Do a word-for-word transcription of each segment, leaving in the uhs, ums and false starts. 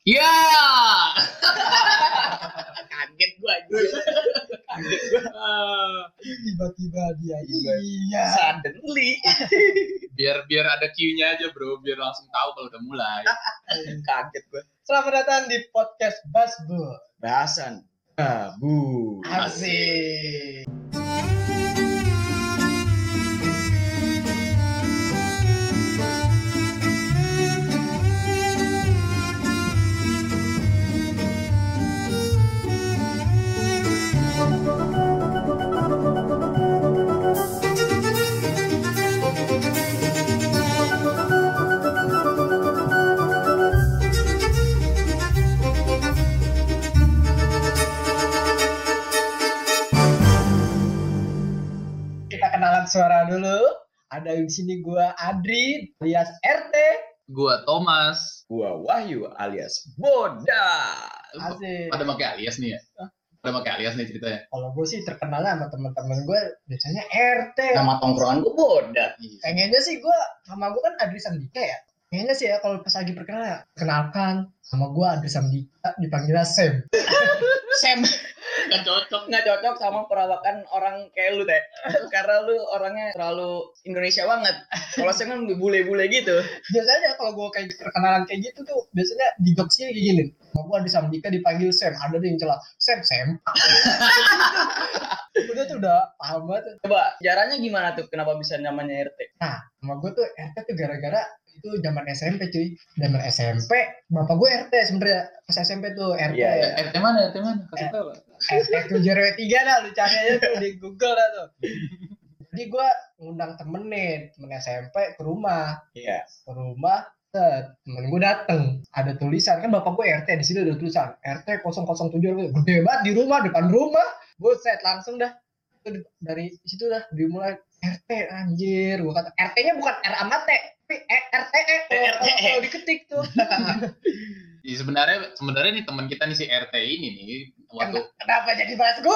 Iya. Kaget gua aja. Kaget gua. Tiba-tiba dia iya. Suddenly. Biar biar ada cue-nya aja, Bro, biar langsung tahu kalau udah mulai. Kaget gua. Selamat datang di podcast Basbu. Bahasan tabu. Asik. Kenalan suara dulu. Ada di sini gua Adri alias R T. Gua Thomas. Gua Wahyu alias Boda. Asik. Pada pakai alias nih ya? Pada pakai alias nih ceritanya. Kalau gue sih terkenalnya sama teman-teman gue biasanya R T. Nama tongkrongan gua Boda. Pengennya sih gue sama gue kan Adri Sandika ya. Pengennya sih ya kalau pas lagi perkenalan, kenalkan sama gue Adri Sandika, dipanggilnya Sam. Sam. Gak cocok. Nggak cocok sama perawakan orang kayak lu teh. Karena lu orangnya terlalu Indonesia banget. Kalau saya kan bule-bule gitu. Biasanya kalau gue kayak perkenalan kayak gitu tuh biasanya di jokesnya kayak gini. Sama gue Adri Sandika dipanggil Sam. Ada nih yang celah Sam Sam. Udah tuh udah paham banget. Coba caranya gimana tuh? Kenapa bisa namanya R T? Nah sama gue tuh R T tuh gara-gara itu zaman S M P cuy. Zaman S M P bapak gue R T sebenarnya pas S M P tuh R T. Iya, iya. R T mana? R T mana? Kasih tahu. R T tujuh R W tiga dah lu cari aja tuh di Google dah tuh. Jadi gue ngundang temen nih, temen S M P ke rumah. Iya. Ke rumah, set, temen gue dateng. Ada tulisan, kan bapak gue R T, di sini ada tulisan R T nol nol tujuh, gede banget di rumah, depan rumah. Buset, langsung dah. Itu dari situ dah dimulai R T anjir. Gue kata R T-nya bukan R sama T, tapi R T E kalau diketik tuh. Ya, sebenarnya sebenarnya nih teman kita nih si R T ini nih waktu Kenapa jadi bahas gue?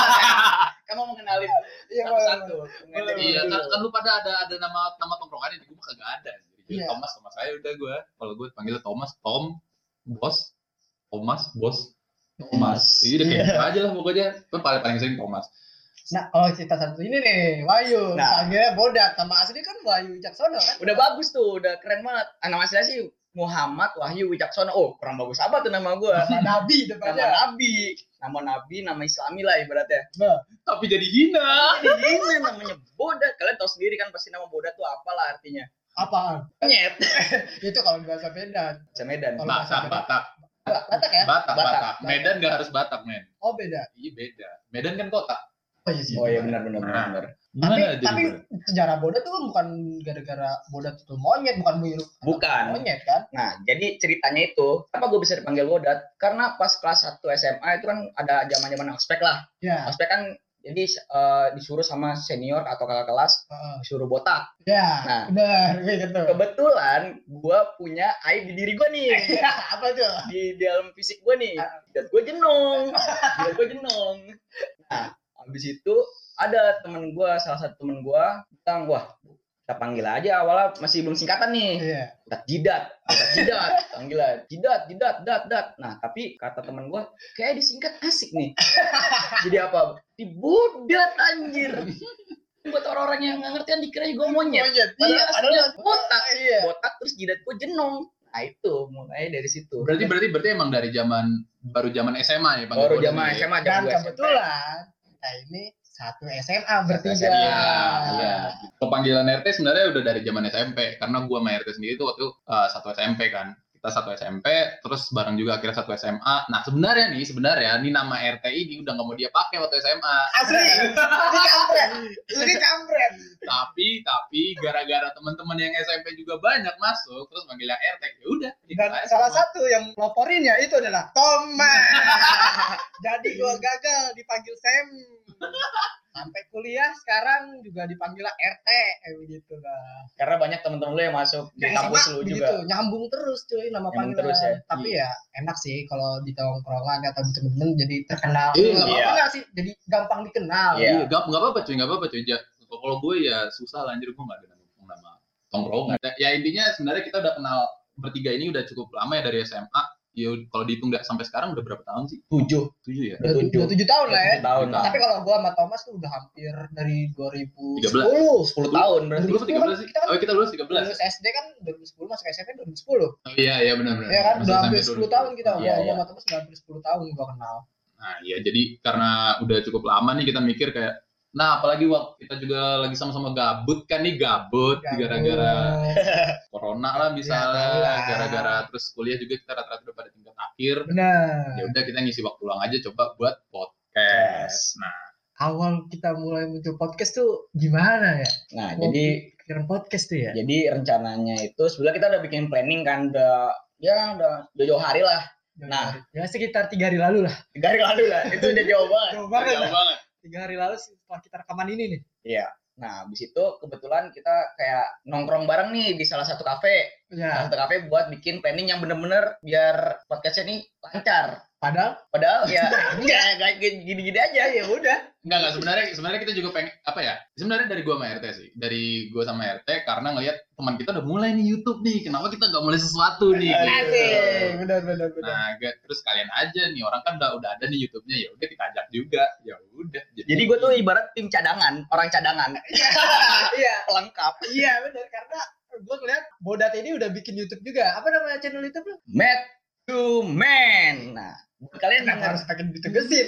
Kamu mau kenalin Iya, satu-satu. boleh. iya kan, kan lu pada ada ada nama nama tongkrongannya di gue mah kagak ada. Jadi Iya. Thomas Thomas saya udah gue. Kalau gue panggil Thomas, Tom, Bos, Thomas, Bos, Thomas. Iya udah kayak gitu aja lah pokoknya. Itu paling paling sering Thomas. Nah, kalau cerita satu ini nih, Wahyu, Nah. panggilnya Bodat, nama asli kan Wahyu Wicaksono kan? Udah bagus tuh, udah keren banget. Ah, nama aslinya sih Muhammad Wahyu Wicaksono. Oh, kurang bagus apa tuh nama gue? Nama Nabi Nama depannya. Nabi. Nama Nabi, nama Islami lah ibaratnya. Nah, Tapi jadi hina. Jadi ini namanya Boda. Kalian tahu sendiri kan pasti nama Boda tuh apalah artinya. apaan? Nyet. Itu kalau di bahasa Medan. Bahasa Medan. Kalau Batak, Batak, Ba- Batak ya? Batak, Batak. Batak. Medan nggak harus Batak, men. Oh, beda. Iya beda. Medan kan kota. Oh iya sih. Oh iya benar benar benar. benar. Tapi, Gimana jadi tapi Boda? sejarah Bodat tuh bukan gara-gara Bodat itu monyet, bukan Wahyu. Bukan. Monyet kan? Nah, jadi ceritanya itu, kenapa gue bisa dipanggil Bodat? Karena pas kelas satu S M A itu kan ada zaman-zaman ospek lah. Ya. Ospek kan jadi eh, disuruh sama senior atau kakak kelas Heeh. disuruh botak. Ya, Nah. benar kayak gitu. Kebetulan gue punya aib di diri gue nih. Apa tuh? Di dalam fisik gue nih. Dan gue jenong. Dan gue jenong. Nah, habis itu ada temen gue, salah satu temen gue bilang, wah kita panggil aja, awalnya masih belum singkatan nih. Iya. Jidat, jidat, jidat, jidat, panggilan, jidat, jidat, dat, dat. Nah, tapi kata temen gue, kayak disingkat asik nih. Jadi apa? Dibodat anjir. Buat orang-orang yang nggak ngerti kan dikira gue monyet. Monyet. Padahal Iya, aslinya padahal- botak. Iya. Botak terus jidat gue jenong. Nah itu mulai dari situ. Berarti berarti berarti emang dari zaman baru zaman S M A ya panggil Baru Boda zaman nih? S M A Dan zaman gue S M P. kebetulan kita ini satu S M A bertiga. S M A. Iya, iya. Kalau panggilan R T sebenarnya udah dari zaman S M P karena gua sama R T sendiri tuh waktu uh, satu S M P kan. Kita satu S M P, terus bareng juga akhirnya satu S M A. Nah, sebenarnya nih, sebenarnya nih nama R T ini udah nggak mau dia pakai waktu S M A. Asli. Ini kampret. Ini kampret. Tapi, tapi gara-gara teman-teman yang S M P juga banyak masuk, terus manggilnya R T, ya udah. gitu Dan aja salah semua. satu yang meloporinnya itu adalah Thomas. Jadi gua gagal dipanggil Sam. Sampai kuliah sekarang juga dipanggil R T kayak begitu lah. Karena banyak teman-teman lu yang masuk di Kayak kampus sama lu begitu, juga. nyambung terus cuy nama Nyambung panggilan. terus ya. Tapi ya enak sih kalau di tongkrongan atau di temen-temen jadi terkenal. Iya. Nggak apa-apa nggak sih? Jadi gampang dikenal. Iya. Iya, gak, gak apa-apa cuy, gak apa-apa cuy. Ja, kalau gue ya susah lah, anjir gue gak ada nama, nama tongkrongan. Ya intinya sebenarnya kita udah kenal bertiga ini udah cukup lama ya dari S M A. ya kalau dihitung nggak sampai sekarang udah berapa tahun sih? Tujuh. Tujuh ya? Udah Tujuh. udah tujuh tahun lah ya. Tujuh tahun lah. Tapi kalau gua sama Thomas tuh udah hampir dari dua ribu tiga belas. sepuluh. sepuluh tahun berarti. Dulu tiga belas sih. Oh kita lulus tiga belas. Lulus S D kan dua ribu sepuluh, masuk S M P dua ribu sepuluh. Oh iya iya benar-benar. Ya kan Masuk udah sampai hampir sepuluh tahun kita. Iya, Gua iya. sama Thomas udah hampir sepuluh tahun gua kenal. Nah iya jadi karena udah cukup lama nih kita mikir kayak, nah apalagi waktu kita juga lagi sama-sama gabut kan nih gabut Gabut. gara-gara corona lah Ya, misalnya, tahu lah. gara-gara terus kuliah juga kita rata-rata udah pada tingkat akhir. Benar. Ya udah kita ngisi waktu luang aja coba buat podcast. Nah Awal kita mulai muncul podcast tuh gimana ya? Nah, Mau jadi pikiran podcast tuh ya? jadi rencananya itu sebenarnya kita udah bikin planning kan udah ya udah udah jauh hari lah. Nah. ya sekitar tiga hari lalu lah. Tiga hari lalu lah. Itu udah jauh banget. Jauh banget. jauh lah. banget. Tiga hari lalu setelah kita rekaman ini nih. Iya. Nah, habis itu kebetulan kita kayak nongkrong bareng nih di salah satu kafe. Salah Ya. satu kafe buat bikin planning yang bener-bener biar podcastnya nih lancar. Padahal Padahal ya ya kayak gini-gini aja ya udah. Enggak enggak sebenarnya sebenarnya kita juga pengen apa ya? Sebenarnya dari gua sama R T sih. Dari gua sama R T karena ngelihat teman kita udah mulai nih YouTube nih. Kenapa kita nggak mulai sesuatu nih? gitu. asik. Benar benar benar. Nah, ga- terus kalian aja nih orang kan udah udah ada nih YouTube-nya ya udah kita ajak juga. Ya udah. Jadi gue tuh ibarat tim cadangan, orang cadangan. Iya. Lengkap. Iya benar karena gue ngeliat Bodat ini udah bikin YouTube juga. Apa namanya channel YouTube lu? Mad to Man. Nah, buat kalian Kenapa denger harus pakai ditegesin?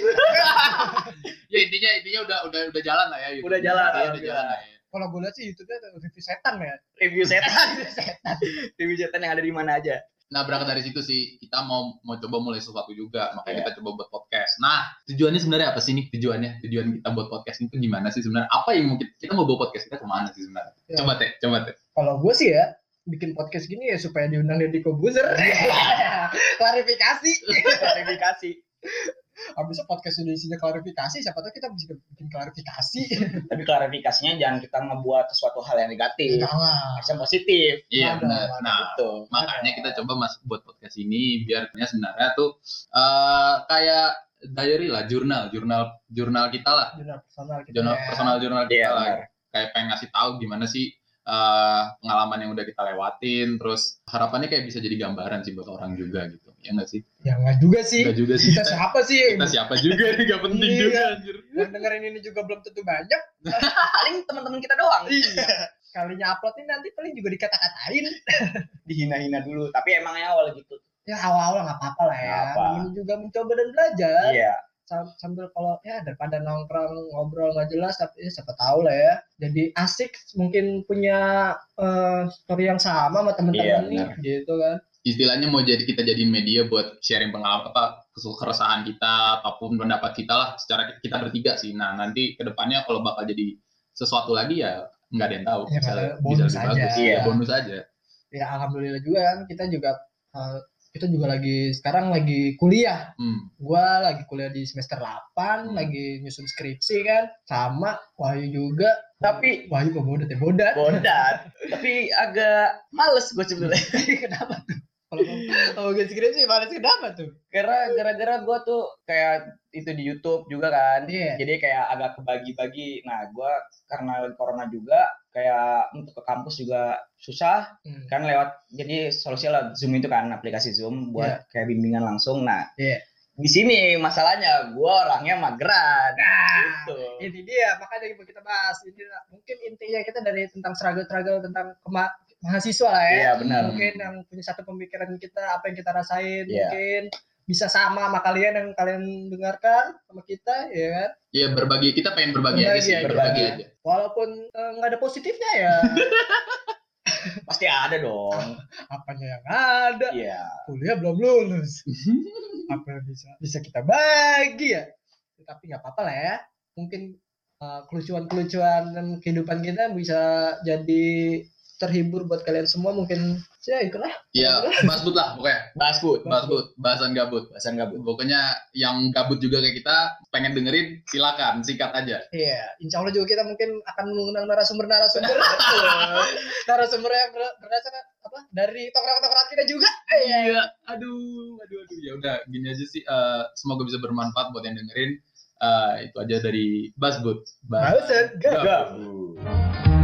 Ya intinya intinya udah udah udah jalan lah ya YouTube. Udah jalan, Iya, udah alhamdulillah. jalan lah ya. Kalau gue lihat sih YouTube-nya review setan ya. review setan. Review setan yang ada di mana aja. Nah, berangkat dari situ sih kita mau mau coba mulai sesuatu juga. Makanya kita coba buat podcast. Nah, tujuannya sebenarnya apa sih nih? Tujuannya tujuan kita buat podcast itu gimana sih sebenarnya? Apa yang mungkin kita mau bawa podcast kita kemana sih sebenarnya? Ya. Coba teh, coba teh. Kalau gue sih ya bikin podcast gini ya supaya diundang Deddy Kobuzer. Klarifikasi. Klarifikasi. Habisnya podcast ini isinya klarifikasi, siapa tahu kita bisa bikin klarifikasi. Tapi klarifikasinya jangan kita ngebuat sesuatu hal yang negatif. Jangan. Harusnya positif. Iya Ada, benar. ada. Nah, Gitu. makanya kita coba mas buat podcast ini biar sebenarnya tuh eh, kayak diary lah, jurnal, jurnal, jurnal kita lah, Jurnal personal kita. jurnal ya. personal jurnal kita Iya, lah. benar. Kayak pengen ngasih tahu gimana sih eh, pengalaman yang udah kita lewatin, terus harapannya kayak bisa jadi gambaran sih buat orang juga gitu, ya nggak sih? Ya nggak juga sih. Nggak juga sih. Kita siapa sih? Kita siapa juga nih, gak penting Iya. juga anjir. Yang dengerin ini juga belum tentu banyak. Paling teman-teman kita doang. Iya. Kalinya upload ini nanti paling juga dikata-katain. Dihina-hina dulu. Tapi emangnya awal gitu. Ya awal-awal nggak apa-apa lah ya. Nggak apa. Ini juga mencoba dan belajar. Iya. Sam- Sambil kalau ya daripada nongkrong ngobrol nggak jelas, tapi ya, siapa tahu lah ya. Jadi asik mungkin punya eh, story yang sama sama Iya, teman-teman nih, benar. gitu kan. Istilahnya mau jadi kita jadiin media buat sharing pengalaman apa keresahan kita ataupun pendapat kita lah secara kita bertiga sih. Nah nanti kedepannya kalau bakal jadi sesuatu lagi ya nggak ada yang tahu. Ya, bisa, bonus bisa lebih aja. bagus. Iya. Ya, bonus aja. Ya alhamdulillah juga kan kita juga eh, kita juga lagi sekarang lagi kuliah. Hmm. Gua lagi kuliah di semester delapan, Hmm. lagi nyusun skripsi kan. Sama Wahyu juga. Tapi Wahyu kok bodat ya bodat. bodat. Tapi agak males gue sebenarnya. Kenapa tuh? Kalau kalau gue skripsi males kenapa tuh? Karena gara-gara gue tuh kayak itu di YouTube juga kan. Iya. Jadi kayak agak kebagi-bagi. Nah, gue karena corona juga kayak untuk ke kampus juga susah Hmm. kan lewat, jadi solusinya lah Zoom itu kan, aplikasi Zoom buat Iya. kayak bimbingan langsung. Nah, Iya. di sini masalahnya gue orangnya mageran. Nah, Gitu. ini dia makanya mau kita bahas. Ini mungkin intinya kita dari tentang struggle-struggle tentang kema- mahasiswa lah ya. Iya, benar. Mungkin yang punya satu pemikiran kita, apa yang kita rasain, Iya. mungkin bisa sama sama kalian yang kalian dengarkan sama kita, ya kan? Iya berbagi, kita pengen berbagi, Berbagi aja sih, aja. berbagi aja. Walaupun eh, nggak ada positifnya ya, Pasti ada dong. apanya yang ada? Iya. Kuliah belum lulus. Apa yang bisa bisa kita bagi ya? Tapi nggak apa-apa lah ya. Mungkin eh, kelucuan-kelucuan dan kehidupan kita bisa jadi terhibur buat kalian semua, mungkin ya itulah. Iya, basbut lah pokoknya. Basbut. Basbut, bahasan gabut. Bahasan gabut. Pokoknya yang gabut juga kayak kita pengen dengerin, silakan, sikat aja. Iya, insya Allah juga kita mungkin akan mengundang narasumber-narasumber. Narasumber yang ber- berdasarkan apa? Dari tongkrong-tongkrong kita juga. Iya, aduh, aduh, aduh. Ya udah, gini aja sih. eh, semoga bisa bermanfaat buat yang dengerin. Eh, itu aja dari Basbut. Bahasan gabut. Gabut.